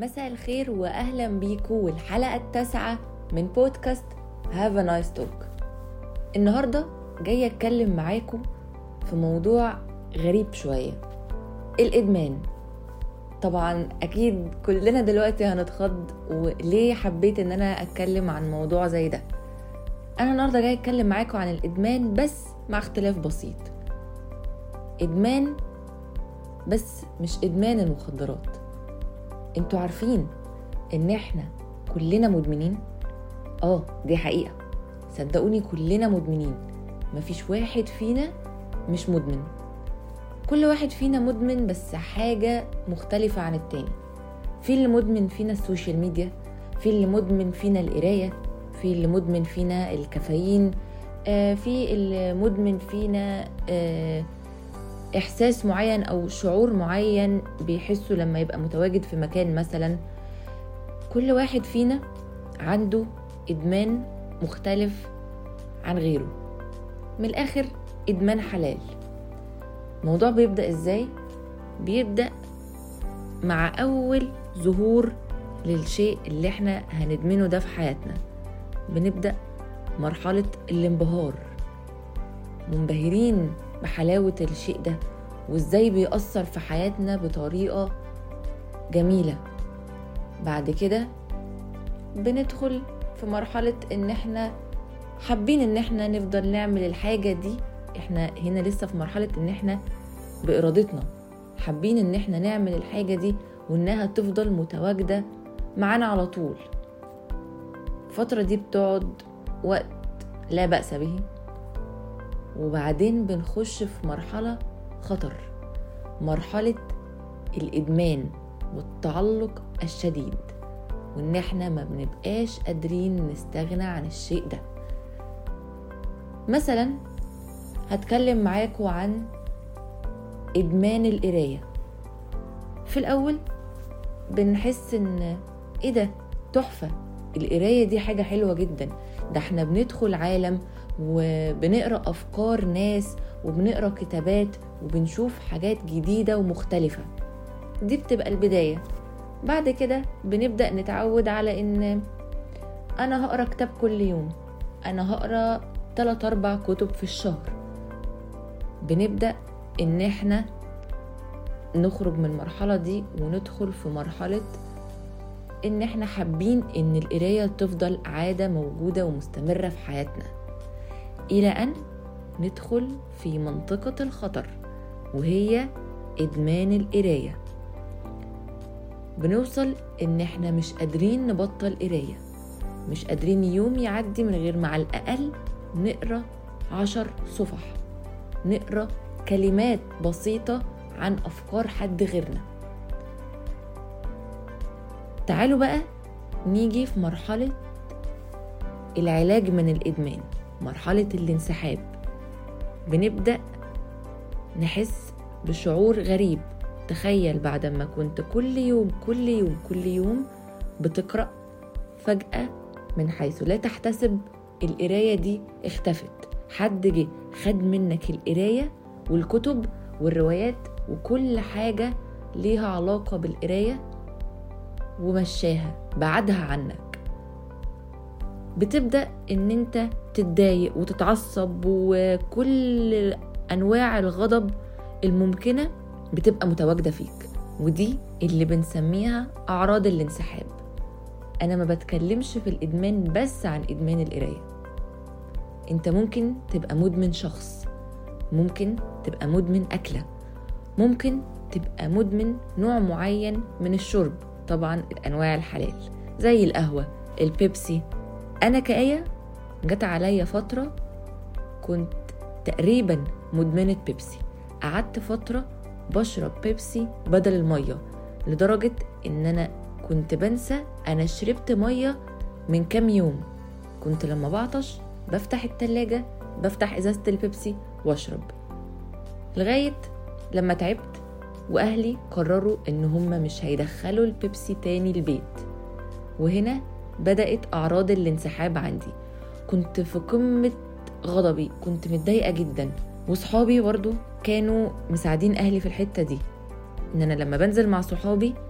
مساء الخير وأهلا بيكم والحلقة 9 من بودكاست Have a Nice Talk. النهاردة جاية أتكلم معاكم في موضوع غريب شوية، الإدمان. طبعا أكيد كلنا دلوقتي هنتخض، وليه حبيت أن أنا أتكلم عن موضوع زي ده. أنا النهاردة جاية أتكلم معاكم عن الإدمان، بس مع اختلاف بسيط. إدمان، بس مش إدمان المخدرات. انتوا عارفين ان احنا كلنا مدمنين؟ دي حقيقة، صدقوني كلنا مدمنين، مفيش واحد فينا مش مدمن. كل واحد فينا مدمن بس حاجة مختلفة عن التاني. في اللي مدمن فينا السوشيال ميديا، في اللي مدمن فينا القراية، في اللي مدمن فينا الكافيين، في اللي مدمن فينا إحساس معين أو شعور معين بيحسه لما يبقى متواجد في مكان مثلا. كل واحد فينا عنده إدمان مختلف عن غيره. من الآخر إدمان حلال. الموضوع بيبدأ إزاي؟ بيبدأ مع أول ظهور للشيء اللي احنا هندمنه ده في حياتنا. بنبدأ مرحلة الانبهار، منبهرين بحلاوة الشيء ده وازاي بيأثر في حياتنا بطريقة جميلة. بعد كده بندخل في مرحلة ان احنا حابين ان احنا نفضل نعمل الحاجة دي. احنا هنا لسه في مرحلة ان احنا بإرادتنا حابين ان احنا نعمل الحاجة دي وانها تفضل متواجدة معانا على طول. الفترة دي بتقعد وقت لا بأس به، وبعدين بنخش في مرحلة خطر، مرحلة الإدمان والتعلق الشديد، وإن احنا ما بنبقاش قادرين نستغنى عن الشيء ده. مثلا هتكلم معاكم عن إدمان القراية. في الأول بنحس إن إيه ده تحفة، القراية دي حاجة حلوة جدا، ده احنا بندخل عالم وبنقرأ أفكار ناس وبنقرأ كتابات وبنشوف حاجات جديدة ومختلفة. دي بتبقى البداية. بعد كده بنبدأ نتعود على إن أنا هقرأ كتاب كل يوم، أنا هقرأ 3-4 كتب في الشهر. بنبدأ إن احنا نخرج من المرحلة دي وندخل في مرحلة إن احنا حابين إن القراية تفضل عادة موجودة ومستمرة في حياتنا، إلى أن ندخل في منطقة الخطر وهي إدمان القراية. بنوصل إن احنا مش قادرين نبطل قراية، مش قادرين يوم يعدي من غير مع الأقل نقرأ 10 صفح، نقرأ كلمات بسيطة عن أفكار حد غيرنا. تعالوا بقى نيجي في مرحلة العلاج من الإدمان، مرحلة الانسحاب. بنبدأ نحس بشعور غريب. تخيل بعد ما كنت كل يوم بتقرأ، فجأة من حيث لا تحتسب القراية دي اختفت. حد جه خد منك القراية والكتب والروايات وكل حاجة ليها علاقة بالقراية ومشاها، بعدها عنك. بتبدأ ان انت تتضايق وتتعصب، وكل انواع الغضب الممكنة بتبقى متواجدة فيك، ودي اللي بنسميها اعراض الانسحاب. انا ما بتكلمش في الادمان بس عن ادمان القراية. انت ممكن تبقى مدمن شخص، ممكن تبقى مدمن اكلة، ممكن تبقى مدمن نوع معين من الشرب، طبعا الانواع الحلال زي القهوة، البيبسي. أنا كآية جت عليا فترة كنت تقريبا مدمنة بيبسي. قعدت فترة بشرب بيبسي بدل المية، لدرجة إن أنا كنت بنسى أنا شربت مية من كام يوم. كنت لما بعطش بفتح التلاجة، بفتح إزازة البيبسي واشرب، لغاية لما تعبت وأهلي قرروا إن هم مش هيدخلوا البيبسي تاني البيت. وهنا بدأت أعراض الانسحاب عندي. كنت في قمة غضبي، كنت متضايقة جدا، وصحابي برضو كانوا مساعدين أهلي في الحتة دي. إن أنا لما بنزل مع صحابي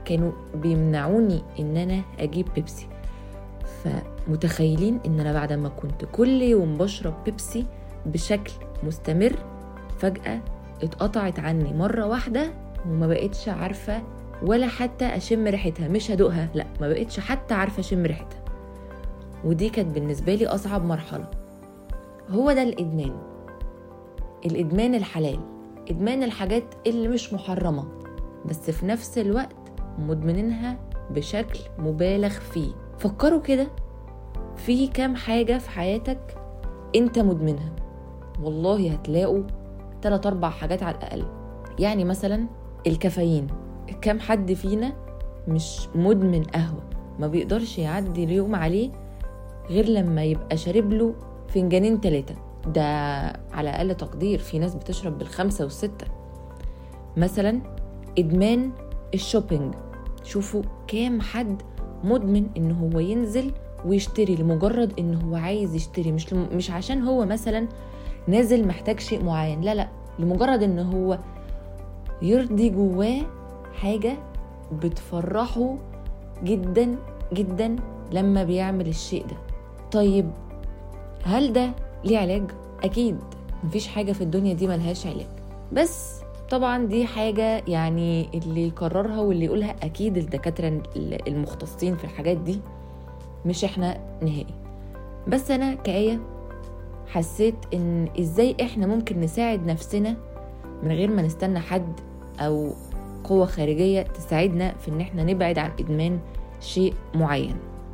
كانوا بيمنعوني ان انا اجيب بيبسي. فمتخيلين ان انا بعد ما كنت كل يوم بشرب بيبسي بشكل مستمر، فجأة اتقطعت عني مرة واحدة وما بقتش عارفة ولا حتى اشم ريحتها، مش هدوقها، لا، ما بقتش حتى عارفة اشم ريحتها. ودي كانت بالنسبة لي اصعب مرحلة. هو ده الادمان الحلال، ادمان الحاجات اللي مش محرمة بس في نفس الوقت مدمنينها بشكل مبالغ فيه. فكروا كده في كام حاجة في حياتك انت مدمنها، والله هتلاقوا 3-4 حاجات على الأقل. يعني مثلا الكافيين، كام حد فينا مش مدمن قهوة ما بيقدرش يعدي اليوم عليه غير لما يبقى شارب له 2-3 ده على أقل تقدير، في ناس بتشرب 5 و6. مثلا إدمان الشوبينج، شوفوا كام حد مدمن إنه هو ينزل ويشتري لمجرد إنه هو عايز يشتري، مش عشان هو مثلا نازل محتاج شيء معين، لا، لمجرد إنه هو يرضي جواه حاجة بتفرحه جدا جدا لما بيعمل الشيء ده. طيب هل ده ليه علاج؟ أكيد مفيش حاجة في الدنيا دي ملهاش علاج، بس طبعا دي حاجة يعني اللي يقررها واللي يقولها أكيد الدكاترة المختصين في الحاجات دي، مش إحنا نهائي. بس أنا كآية حسيت إن إزاي إحنا ممكن نساعد نفسنا من غير ما نستنى حد أو قوة خارجية تساعدنا في إن إحنا نبعد عن إدمان شيء معين.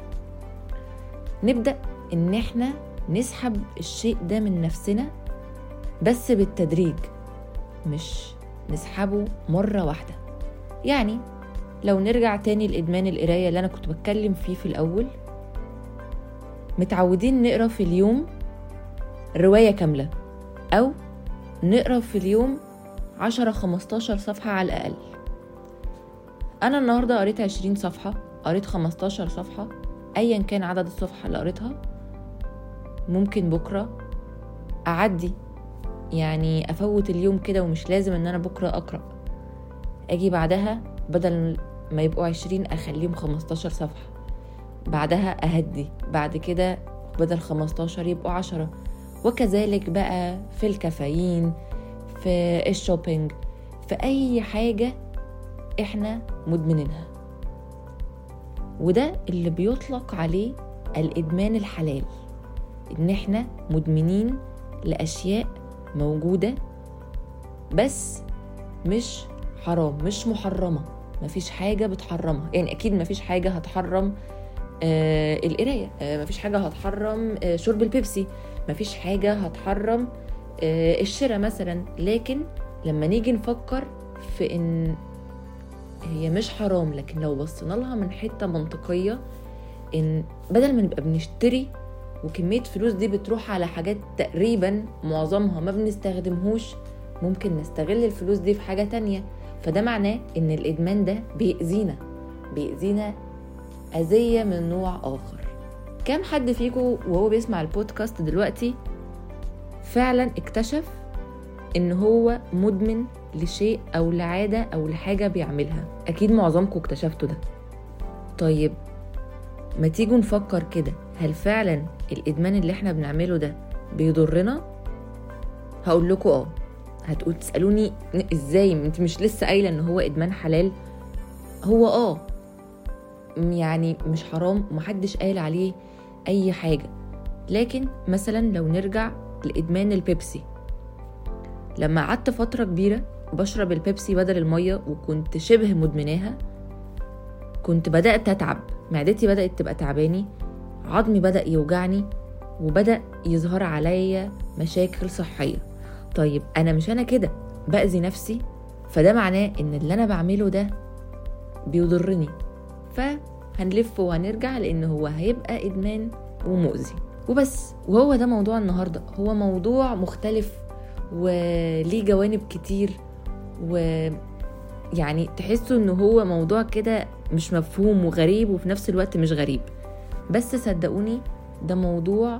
نبدأ إن إحنا نسحب الشيء ده من نفسنا بس بالتدريج، مش نسحبه مرة واحدة. يعني لو نرجع تاني لإدمان القراية اللي أنا كنت بتكلم فيه في الأول، متعودين نقرأ في اليوم رواية كاملة أو نقرأ في اليوم 10-15 صفحة على الأقل. أنا النهاردة قريت 20 صفحة، قريت 15 صفحة، أيا كان عدد الصفحة اللي قريتها، ممكن بكرة أعدي، يعني أفوت اليوم كده ومش لازم أن أنا بكرة أقرأ، أجي بعدها بدل ما يبقوا 20 أخليهم 15 صفحة، بعدها أهدي، بعد كده بدل 15 يبقوا 10، وكذلك بقى في الكافيين، في الشوبينج، في أي حاجة إحنا مدمنينها. وده اللي بيطلق عليه الإدمان الحلال، إن إحنا مدمنين لأشياء موجودة بس مش حرام، مش محرمة، مفيش حاجة بتحرمها. يعني أكيد مفيش حاجة هتحرم القراية، مفيش حاجة هتحرم شرب البيبسي، مفيش حاجة هتحرم الشراء مثلا. لكن لما نيجي نفكر في إن هي مش حرام، لكن لو بصينا لها من حتة منطقية، إن بدل ما نبقى بنشتري وكمية فلوس دي بتروح على حاجات تقريبا معظمها ما بنستخدمهوش، ممكن نستغل الفلوس دي في حاجة تانية. فده معناه إن الإدمان ده بيأذينا أذية من نوع آخر. كم حد فيكم وهو بيسمع البودكاست دلوقتي فعلا اكتشف إن هو مدمن لشيء أو لعادة أو لحاجة بيعملها؟ أكيد معظمكم اكتشفتوا ده. طيب ما تيجوا نفكر كده، هل فعلا الإدمان اللي احنا بنعمله ده بيضرنا؟ هقول لكم هتقول تسألوني ازاي انت مش لسه قايلة ان هو إدمان حلال؟ هو يعني مش حرام ومحدش قايل عليه اي حاجة. لكن مثلا لو نرجع لإدمان البيبسي، لما قعدت فترة كبيرة بشرب البيبسي بدل المية وكنت شبه مدمناها، كنت بدأت أتعب، معدتي بدأت تبقى تعباني، عظمي بدأ يوجعني، وبدأ يظهر عليا مشاكل صحية. طيب أنا كده بأذي نفسي، فده معناه إن اللي أنا بعمله ده بيضرني، فهنلف وهنرجع لأنه هو هيبقى إدمان ومؤذي وبس. وهو ده موضوع النهاردة، هو موضوع مختلف وليه جوانب كتير، ويعني تحسوا إنه هو موضوع كده مش مفهوم وغريب وفي نفس الوقت مش غريب، بس صدقوني ده موضوع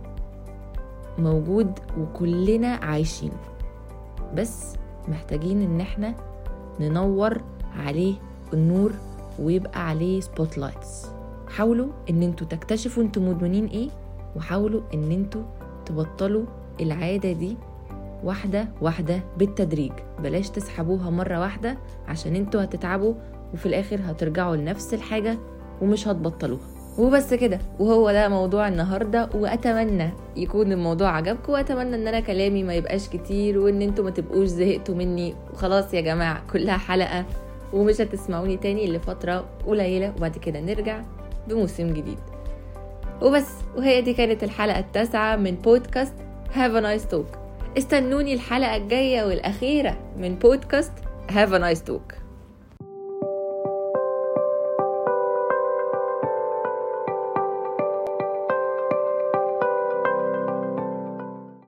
موجود وكلنا عايشين، بس محتاجين ان احنا ننور عليه النور ويبقى عليه سبوت لايتس. حاولوا ان انتوا تكتشفوا انتوا مدمنين ايه، وحاولوا ان انتوا تبطلوا العادة دي واحدة واحدة بالتدريج. بلاش تسحبوها مرة واحدة عشان انتوا هتتعبوا وفي الاخر هترجعوا لنفس الحاجة ومش هتبطلوها. وبس كده، وهو ده موضوع النهاردة. واتمنى يكون الموضوع عجبكم، واتمنى ان انا كلامي ما يبقاش كتير وان انتوا ما تبقوش زهقتوا مني. وخلاص يا جماعة، كلها حلقة ومش هتسمعوني تاني لفترة قليلة، وبعد كده نرجع بموسم جديد. وبس، وهي دي كانت الحلقة 9 من بودكاست Have a Nice Talk. استنوني الحلقة الجاية والأخيرة من بودكاست Have a Nice Talk.